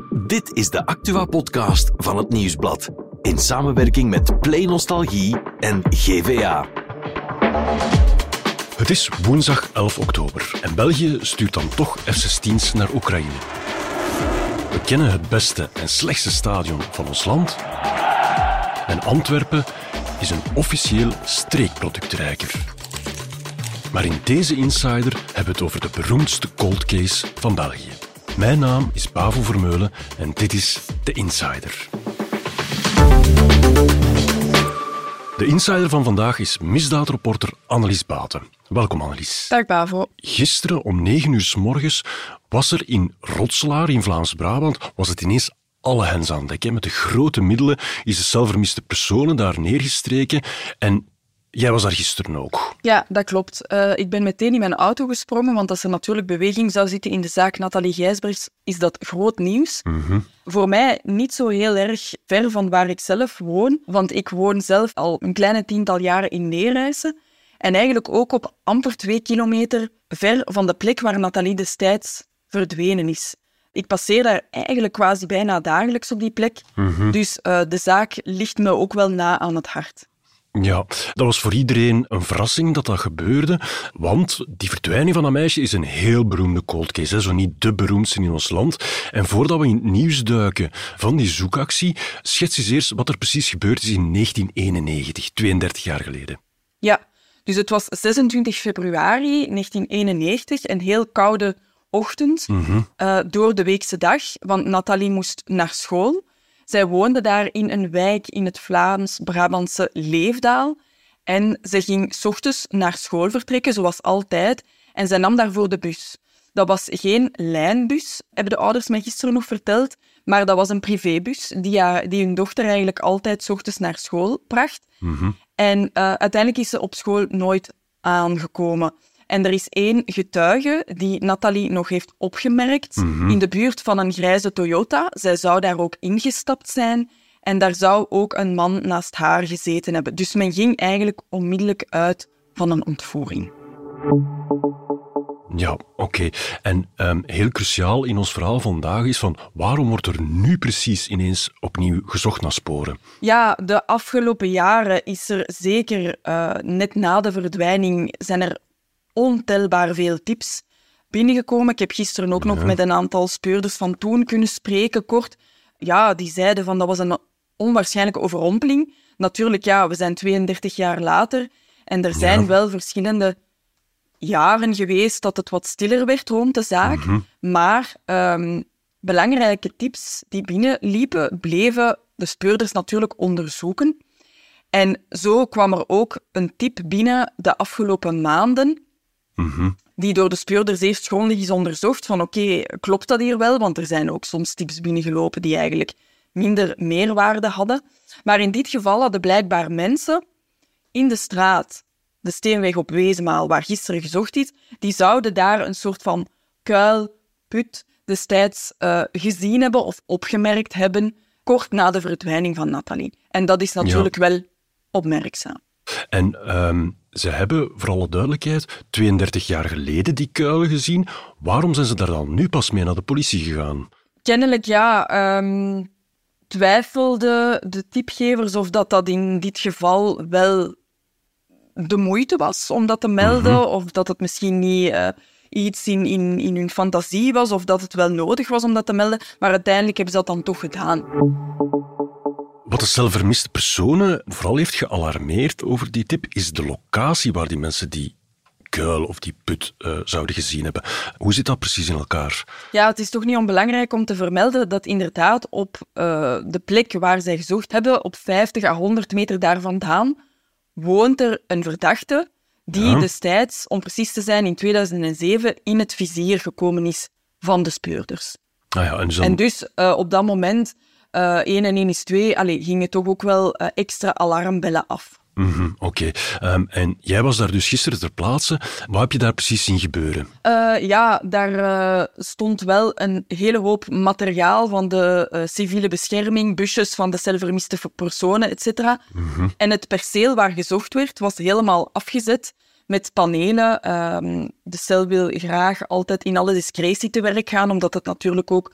Dit is de Actua-podcast van het Nieuwsblad. In samenwerking met Play Nostalgie en GVA. Het is woensdag 11 oktober en België stuurt dan toch F-16's naar Oekraïne. We kennen het beste en slechtste stadion van ons land. En Antwerpen is een officieel streekproductrijker. Maar in deze Insider hebben we het over de beroemdste cold case van België. Mijn naam is Bavo Vermeulen en dit is de Insider. De Insider van vandaag is misdaadreporter Annelies Baten. Welkom Annelies. Dag Bavo. Gisteren om 9 uur 's morgens was er in Rotselaar in Vlaams-Brabant was het ineens alle hens aan dek. Met de grote middelen is de zelfvermiste personen daar neergestreken en jij was daar gisteren ook. Ja, dat klopt. Ik ben meteen in mijn auto gesprongen, want als er natuurlijk beweging zou zitten in de zaak Nathalie Gijsbrechts, is dat groot nieuws. Voor mij niet zo heel erg ver van waar ik zelf woon, want ik woon zelf al een kleine 10-tal jaren in Neerijssen en eigenlijk ook op amper 2 kilometer ver van de plek waar Nathalie destijds verdwenen is. Ik passeer daar eigenlijk quasi bijna dagelijks op die plek, dus de zaak ligt me ook wel na aan het hart. Ja, dat was voor iedereen een verrassing dat dat gebeurde, want die verdwijning van dat meisje is een heel beroemde cold case, zo niet de beroemdste in ons land. En voordat we in het nieuws duiken van die zoekactie, schets eens eerst wat er precies gebeurd is in 1991, 32 jaar geleden. Ja, dus het was 26 februari 1991, een heel koude ochtend, door de weekse dag, want Nathalie moest naar school. Zij woonde daar in een wijk in het Vlaams-Brabantse Leefdaal en ze ging 's ochtends naar school vertrekken, zoals altijd, en zij nam daarvoor de bus. Dat was geen lijnbus, hebben de ouders mij gisteren nog verteld, maar dat was een privébus die hun dochter eigenlijk altijd 's ochtends naar school bracht. En uiteindelijk is ze op school nooit aangekomen. En er is 1 getuige die Nathalie nog heeft opgemerkt in de buurt van een grijze Toyota. Zij zou daar ook ingestapt zijn en daar zou ook een man naast haar gezeten hebben. Dus men ging eigenlijk onmiddellijk uit van een ontvoering. Ja, oké. En heel cruciaal in ons verhaal vandaag is van waarom wordt er nu precies ineens opnieuw gezocht naar sporen? Ja, de afgelopen jaren is er zeker, net na de verdwijning, zijn er ontelbaar veel tips binnengekomen. Ik heb gisteren ook nog met een aantal speurders van toen kunnen spreken, kort. Ja, die zeiden van dat was een onwaarschijnlijke overrompeling. Natuurlijk, ja, we zijn 32 jaar later en er zijn wel verschillende jaren geweest dat het wat stiller werd rond de zaak. Maar belangrijke tips die binnenliepen, bleven de speurders natuurlijk onderzoeken. En zo kwam er ook een tip binnen de afgelopen maanden, die door de speurders eerst grondig is onderzocht van oké, klopt dat hier wel? Want er zijn ook soms tips binnengelopen die eigenlijk minder meerwaarde hadden. Maar in dit geval hadden blijkbaar mensen in de straat, de Steenweg op Wezenmaal, waar gisteren gezocht is, die zouden daar een soort van kuil, put, destijds gezien hebben of opgemerkt hebben, kort na de verdwijning van Nathalie. En dat is natuurlijk wel opmerkzaam. En ze hebben, voor alle duidelijkheid, 32 jaar geleden die kuilen gezien. Waarom zijn ze daar dan nu pas mee naar de politie gegaan? Kennelijk, twijfelden de tipgevers of dat in dit geval wel de moeite was om dat te melden, of dat het misschien niet iets in hun fantasie was, of dat het wel nodig was om dat te melden. Maar uiteindelijk hebben ze dat dan toch gedaan. Wat de zelfvermiste personen vooral heeft gealarmeerd over die tip, is de locatie waar die mensen die kuil of die put zouden gezien hebben. Hoe zit dat precies in elkaar? Ja, het is toch niet onbelangrijk om te vermelden dat inderdaad op de plek waar zij gezocht hebben, op 50 à 100 meter daar vandaan, woont er een verdachte die destijds, om precies te zijn, in 2007 in het vizier gekomen is van de speurders. En dus op dat moment 1 en 1 is 2, gingen toch ook wel extra alarmbellen af. Oké. En jij was daar dus gisteren ter plaatse. Wat heb je daar precies zien gebeuren? Daar stond wel een hele hoop materiaal van de civiele bescherming, busjes van de zelfvermiste personen, etc. En het perceel waar gezocht werd, was helemaal afgezet met panelen. De cel wil graag altijd in alle discretie te werk gaan, omdat het natuurlijk ook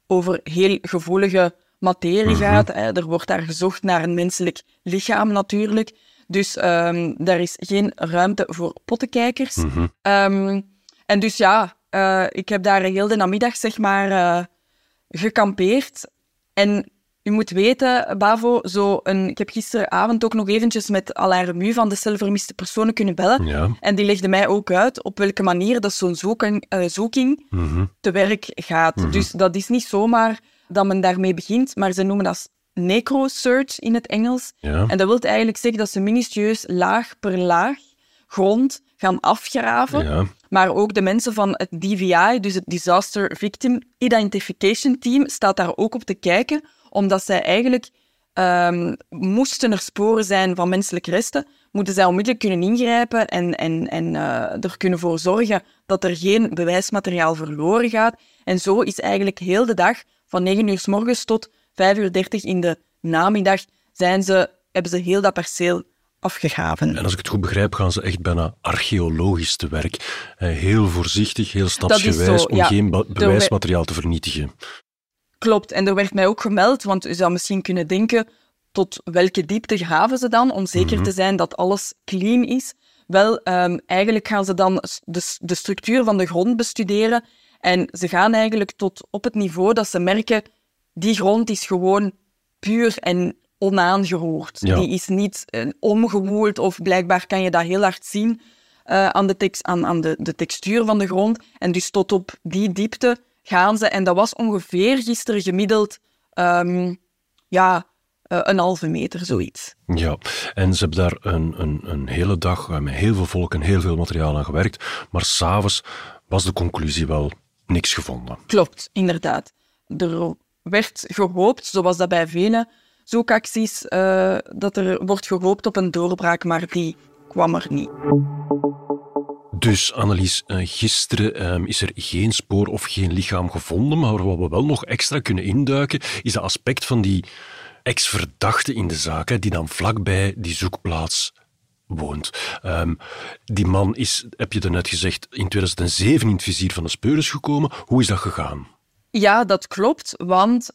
over heel gevoelige materie gaat. Er wordt daar gezocht naar een menselijk lichaam natuurlijk. Dus daar is geen ruimte voor pottenkijkers. En dus ik heb daar heel de namiddag, zeg maar, gekampeerd. En u moet weten, Bavo, ik heb gisteravond ook nog eventjes met Alain Remu van de celvermiste personen kunnen bellen. Ja. En die legde mij ook uit op welke manier dat zo'n zoeking te werk gaat. Dus dat is niet zomaar dat men daarmee begint, maar ze noemen dat necrosearch in het Engels. Ja. En dat wil eigenlijk zeggen dat ze minutieus laag per laag grond gaan afgraven. Ja. Maar ook de mensen van het DVI, dus het Disaster Victim Identification Team, staat daar ook op te kijken, omdat zij eigenlijk moesten er sporen zijn van menselijke resten, moeten zij onmiddellijk kunnen ingrijpen en er kunnen voor zorgen dat er geen bewijsmateriaal verloren gaat. En zo is eigenlijk heel de dag, van 9 uur 's morgens tot 5:30 in de namiddag, hebben ze heel dat perceel afgegraven. En als ik het goed begrijp, gaan ze echt bijna archeologisch te werk. Heel voorzichtig, heel stapsgewijs, om geen bewijsmateriaal te vernietigen. Klopt, en er werd mij ook gemeld, want u zou misschien kunnen denken, tot welke diepte graven ze dan, om zeker te zijn dat alles clean is. Wel, eigenlijk gaan ze dan de structuur van de grond bestuderen en ze gaan eigenlijk tot op het niveau dat ze merken, die grond is gewoon puur en onaangeroerd. Ja. Die is niet omgewoeld of blijkbaar kan je dat heel hard zien aan de textuur van de grond. En dus tot op die diepte gaan ze. En dat was ongeveer gisteren gemiddeld een halve meter, zoiets. Ja, en ze hebben daar een hele dag met heel veel volk en heel veel materiaal aan gewerkt. Maar 's avonds was de conclusie wel niks gevonden. Klopt, inderdaad. Er werd gehoopt, zoals dat bij vele zoekacties, dat er wordt gehoopt op een doorbraak, maar die kwam er niet. Dus, Annelies, gisteren is er geen spoor of geen lichaam gevonden, maar wat we wel nog extra kunnen induiken, is dat aspect van die ex-verdachte in de zaak, die dan vlakbij die zoekplaats woont. Die man is, heb je daarnet gezegd, in 2007 in het vizier van de speurders gekomen. Hoe is dat gegaan? Ja, dat klopt, want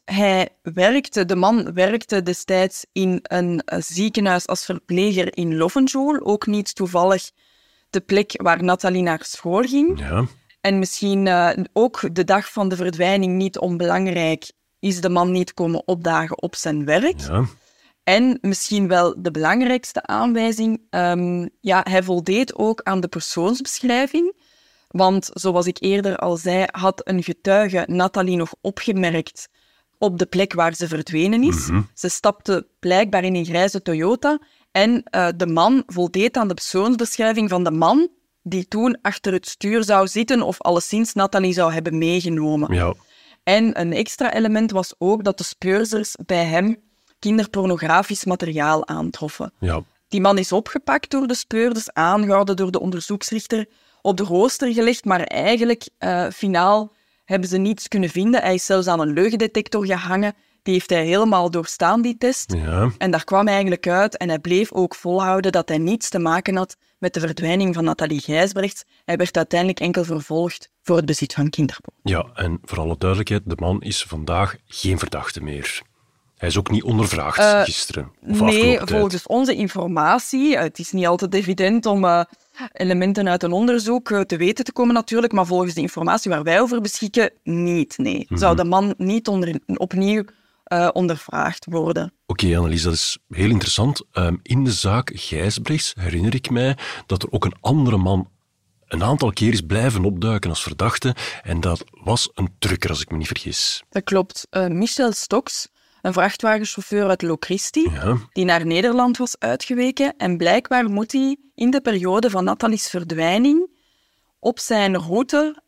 de man werkte destijds in een ziekenhuis als verpleger in Lovenjoul, ook niet toevallig de plek waar Nathalie naar school ging. Ja. En misschien ook de dag van de verdwijning niet onbelangrijk, is de man niet komen opdagen op zijn werk. Ja. En misschien wel de belangrijkste aanwijzing, hij voldeed ook aan de persoonsbeschrijving. Want, zoals ik eerder al zei, had een getuige Nathalie nog opgemerkt op de plek waar ze verdwenen is. Ze stapte blijkbaar in een grijze Toyota en de man voldeed aan de persoonsbeschrijving van de man die toen achter het stuur zou zitten of alleszins Nathalie zou hebben meegenomen. Ja. En een extra element was ook dat de speurders bij hem kinderpornografisch materiaal aantroffen. Ja. Die man is opgepakt door de speurders, aangehouden door de onderzoeksrichter, op de rooster gelegd, maar eigenlijk, finaal, hebben ze niets kunnen vinden. Hij is zelfs aan een leugendetector gehangen. Die heeft hij helemaal doorstaan, die test. Ja. En daar kwam hij eigenlijk uit en hij bleef ook volhouden dat hij niets te maken had met de verdwijning van Nathalie Gijsbrechts. Hij werd uiteindelijk enkel vervolgd voor het bezit van kinderporno. Ja, en voor alle duidelijkheid, de man is vandaag geen verdachte meer. Hij is ook niet ondervraagd gisteren. Of nee, volgens onze informatie, het is niet altijd evident om elementen uit een onderzoek te weten te komen natuurlijk, maar volgens de informatie waar wij over beschikken, niet, nee. Zou de man niet opnieuw ondervraagd worden. Oké, Annelies, dat is heel interessant. In de zaak Gijsbrechts herinner ik mij dat er ook een andere man een aantal keer is blijven opduiken als verdachte en dat was een trucker, als ik me niet vergis. Dat klopt. Michel Stoks, een vrachtwagenchauffeur uit Locristi, die naar Nederland was uitgeweken. En blijkbaar moet hij in de periode van Nathalie's verdwijning op zijn route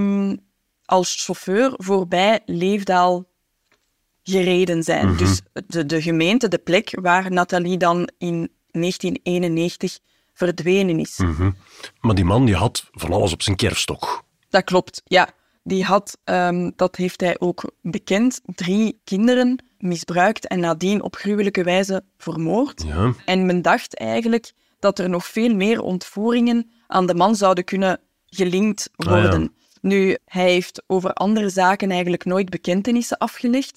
als chauffeur voorbij Leefdaal gereden zijn. Dus de gemeente, de plek waar Nathalie dan in 1991 verdwenen is. Maar die man die had van alles op zijn kerfstok. Dat klopt, ja. Die had, dat heeft hij ook bekend, 3 kinderen misbruikt en nadien op gruwelijke wijze vermoord. Ja. En men dacht eigenlijk dat er nog veel meer ontvoeringen aan de man zouden kunnen gelinkt worden. Nu, hij heeft over andere zaken eigenlijk nooit bekentenissen afgelegd.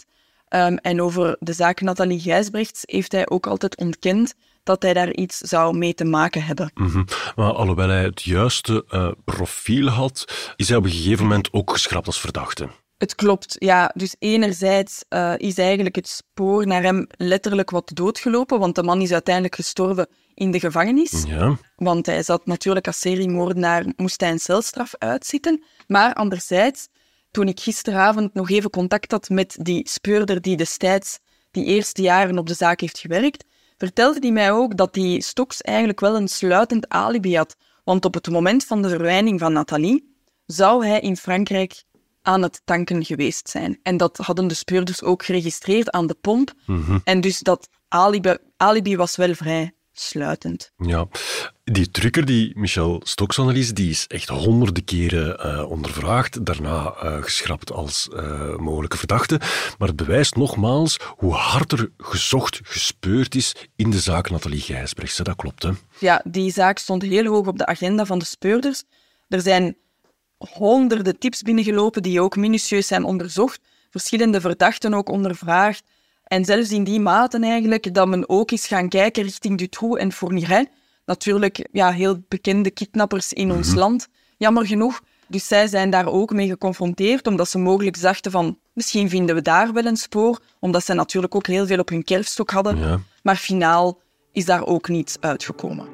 En over de zaak Nathalie Gijsbrechts heeft hij ook altijd ontkend dat hij daar iets zou mee te maken hebben. Maar alhoewel hij het juiste profiel had, is hij op een gegeven moment ook geschrapt als verdachte. Het klopt, ja. Dus enerzijds is eigenlijk het spoor naar hem letterlijk wat doodgelopen, want de man is uiteindelijk gestorven in de gevangenis. Ja. Want hij zat natuurlijk als seriemoordenaar, moest hij een celstraf uitzitten. Maar anderzijds, toen ik gisteravond nog even contact had met die speurder die destijds die eerste jaren op de zaak heeft gewerkt, vertelde hij mij ook dat die Stokes eigenlijk wel een sluitend alibi had. Want op het moment van de verdwijning van Nathalie zou hij in Frankrijk aan het tanken geweest zijn. En dat hadden de speurders ook geregistreerd aan de pomp. En dus dat alibi was wel vrij sluitend. Ja, die trucker, die Michel Stokes analyse, die is echt honderden keren ondervraagd, daarna geschrapt als mogelijke verdachte. Maar het bewijst nogmaals hoe hard er gezocht, gespeurd is in de zaak Nathalie Gijsbrechts. Dat klopt, hè? Ja, die zaak stond heel hoog op de agenda van de speurders. Er zijn honderden tips binnengelopen die ook minutieus zijn onderzocht. Verschillende verdachten ook ondervraagd. En zelfs in die mate eigenlijk dat men ook is gaan kijken richting Dutroux en Fourniret. Natuurlijk heel bekende kidnappers in ons land, jammer genoeg. Dus zij zijn daar ook mee geconfronteerd, omdat ze mogelijk dachten van misschien vinden we daar wel een spoor, omdat zij natuurlijk ook heel veel op hun kerfstok hadden. Ja. Maar finaal is daar ook niets uitgekomen.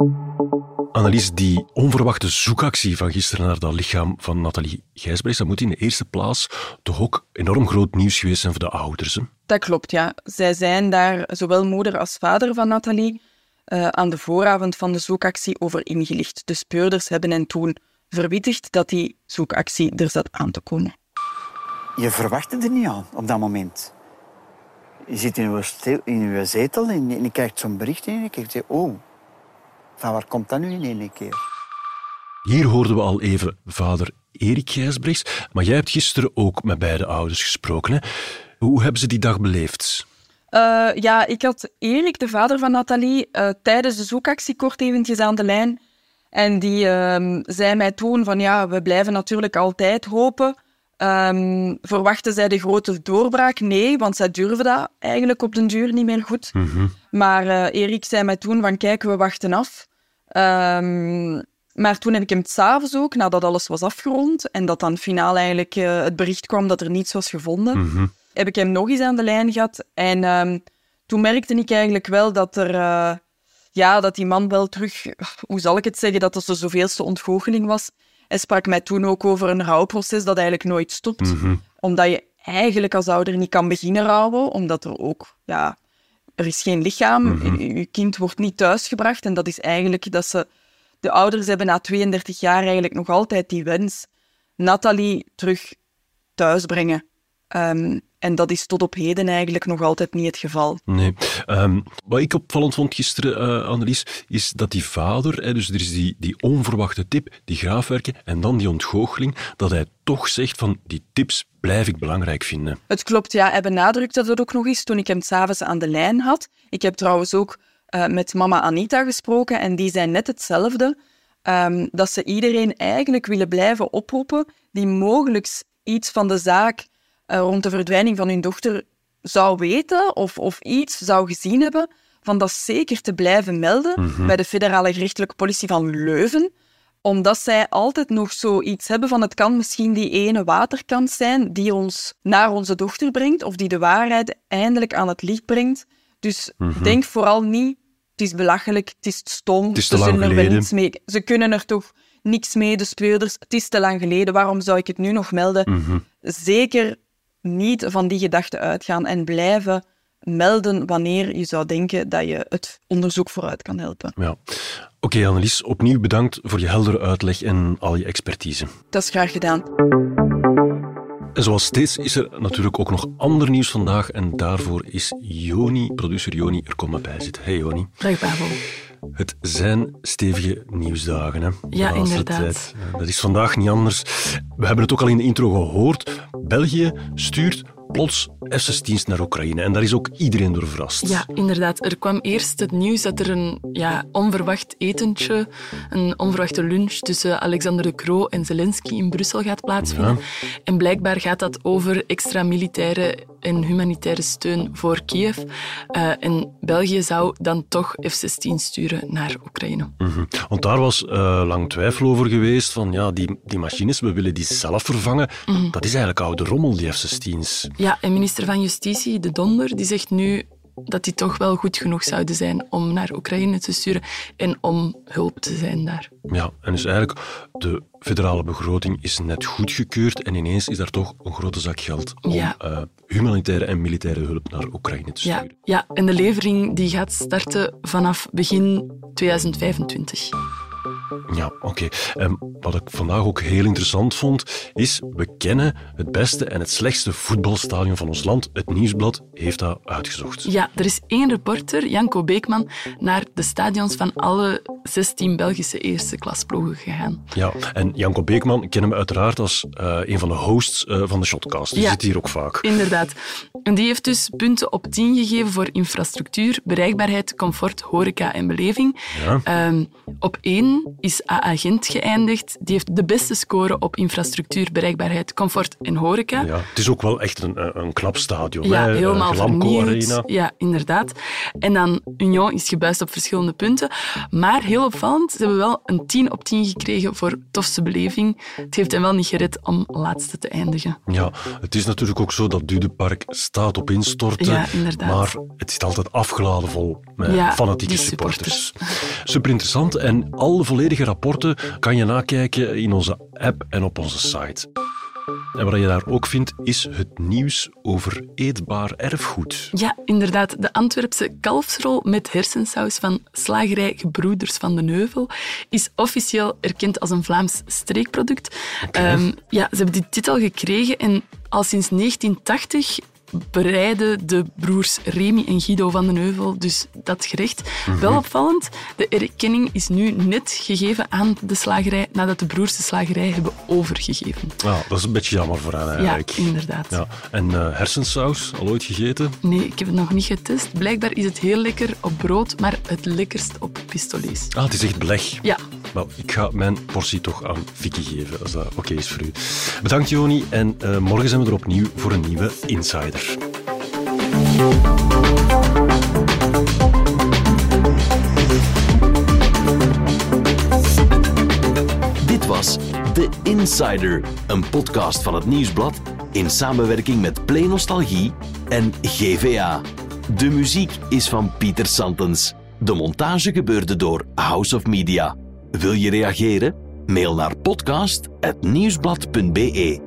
Annelies, die onverwachte zoekactie van gisteren naar dat lichaam van Nathalie Gijsbrechts, dat moet in de eerste plaats toch ook enorm groot nieuws geweest zijn voor de ouders, hè? Dat klopt, ja. Zij zijn daar, zowel moeder als vader van Nathalie, aan de vooravond van de zoekactie over ingelicht. De speurders hebben hen toen verwittigd dat die zoekactie er zat aan te komen. Je verwacht het er niet aan op dat moment. Je zit in je zetel en je krijgt zo'n bericht en je kijkt, oh, van waar komt dat nu in één keer? Hier hoorden we al even vader Erik Gijsbrechts, maar jij hebt gisteren ook met beide ouders gesproken, hè? Hoe hebben ze die dag beleefd? Ik had Erik, de vader van Nathalie, tijdens de zoekactie kort eventjes aan de lijn. En die zei mij toen van we blijven natuurlijk altijd hopen. Verwachten zij de grote doorbraak? Nee, want zij durven dat eigenlijk op den duur niet meer goed. Maar Erik zei mij toen van kijk, we wachten af. Maar toen heb ik hem 's avonds ook, nadat alles was afgerond en dat dan finaal eigenlijk het bericht kwam dat er niets was gevonden, heb ik hem nog eens aan de lijn gehad. En toen merkte ik eigenlijk wel dat dat die man wel terug, hoe zal ik het zeggen, dat het de zoveelste ontgoocheling was. Hij sprak mij toen ook over een rouwproces dat eigenlijk nooit stopt. Omdat je eigenlijk als ouder niet kan beginnen rouwen, omdat er ook, er is geen lichaam, je kind wordt niet thuisgebracht. En dat is eigenlijk dat de ouders hebben na 32 jaar eigenlijk nog altijd die wens Nathalie terug thuisbrengen. En dat is tot op heden eigenlijk nog altijd niet het geval. Nee. Wat ik opvallend vond gisteren, Annelies, is dat die vader, dus er is die onverwachte tip, die graafwerken en dan die ontgoocheling, dat hij toch zegt van die tips blijf ik belangrijk vinden. Het klopt, ja. Hij benadrukte dat ook nog eens toen ik hem 's avonds aan de lijn had. Ik heb trouwens ook met mama Anita gesproken en die zei net hetzelfde. Dat ze iedereen eigenlijk willen blijven oproepen die mogelijk iets van de zaak rond de verdwijning van hun dochter zou weten of iets zou gezien hebben, van dat zeker te blijven melden bij de federale gerechtelijke politie van Leuven, omdat zij altijd nog zoiets hebben van het kan misschien die ene waterkant zijn die ons naar onze dochter brengt of die de waarheid eindelijk aan het licht brengt. Dus denk vooral niet, het is belachelijk, het is stom, het is te lang geleden. Ze kunnen er toch niks mee, de speurders, het is te lang geleden, waarom zou ik het nu nog melden? Zeker niet van die gedachten uitgaan en blijven melden wanneer je zou denken dat je het onderzoek vooruit kan helpen. Ja. Oké, Annelies, opnieuw bedankt voor je heldere uitleg en al je expertise. Dat is graag gedaan. En zoals steeds is er natuurlijk ook nog ander nieuws vandaag en daarvoor is Joni, producer Joni, er komt bij zitten. Hey Joni. Dag Babel. Het zijn stevige nieuwsdagen, hè? Ja, inderdaad. Dat is vandaag niet anders. We hebben het ook al in de intro gehoord. België stuurt plots FC Stiens naar Oekraïne. En daar is ook iedereen door verrast. Ja, inderdaad. Er kwam eerst het nieuws dat er een onverwacht etentje, een onverwachte lunch tussen Alexander De Croo en Zelensky in Brussel gaat plaatsvinden. Ja. En blijkbaar gaat dat over extra militaire en humanitaire steun voor Kiev. En België zou dan toch F-16 sturen naar Oekraïne. Mm-hmm. Want daar was lang twijfel over geweest van die machines, we willen die zelf vervangen. Mm-hmm. Dat is eigenlijk oude rommel, die F-16's. Ja, en minister van Justitie, De Donder, die zegt nu dat die toch wel goed genoeg zouden zijn om naar Oekraïne te sturen en om hulp te zijn daar. Ja, en dus eigenlijk de federale begroting is net goedgekeurd en ineens is daar toch een grote zak geld om humanitaire en militaire hulp naar Oekraïne te sturen. Ja, en de levering die gaat starten vanaf begin 2025. Ja, oké. Wat ik vandaag ook heel interessant vond, is we kennen het beste en het slechtste voetbalstadion van ons land. Het Nieuwsblad heeft dat uitgezocht. Ja, er is 1 reporter, Janko Beekman, naar de stadions van alle 16 Belgische eerste klasploegen gegaan. Ja, en Janko Beekman kennen we uiteraard als een van de hosts van de Shotcast. Die zit hier ook vaak. Inderdaad. En die heeft dus punten op 10 gegeven voor infrastructuur, bereikbaarheid, comfort, horeca en beleving. Ja. Op 1 is AA Gent geëindigd. Die heeft de beste score op infrastructuur, bereikbaarheid, comfort en horeca. Ja, het is ook wel echt een knap stadion. Ja, helemaal vernieuwd. Arena. Ja, inderdaad. En dan Union is gebuist op verschillende punten. Maar heel opvallend, ze hebben wel een 10 op 10 gekregen voor tofste beleving. Het heeft hen wel niet gered om laatste te eindigen. Ja, het is natuurlijk ook zo dat Dudepark staat op instorten. Ja, inderdaad. Maar het zit altijd afgeladen vol met fanatieke supporters. Super interessant. En alle volledige rapporten kan je nakijken in onze app en op onze site. En wat je daar ook vindt, is het nieuws over eetbaar erfgoed. Ja, inderdaad. De Antwerpse kalfsrol met hersensaus van slagerij Gebroeders van den Heuvel is officieel erkend als een Vlaams streekproduct. Okay. Ze hebben die titel gekregen en al sinds 1980 bereiden de broers Remy en Guido van den Heuvel dus dat gerecht. Mm-hmm. Wel opvallend, de erkenning is nu net gegeven aan de slagerij nadat de broers de slagerij hebben overgegeven. Ja, dat is een beetje jammer voor hen eigenlijk. Ja, inderdaad. Ja. En hersensaus, al ooit gegeten? Nee, ik heb het nog niet getest. Blijkbaar is het heel lekker op brood, maar het lekkerst op pistolets. Ah, het is echt beleg. Ja. Wel, ik ga mijn portie toch aan Vicky geven, als dat oké is voor u. Bedankt, Joni. En morgen zijn we er opnieuw voor een nieuwe Insider. Dit was The Insider, een podcast van het Nieuwsblad in samenwerking met Play Nostalgie en GVA. De muziek is van Pieter Santens. De montage gebeurde door House of Media. Wil je reageren? Mail naar podcast@nieuwsblad.be.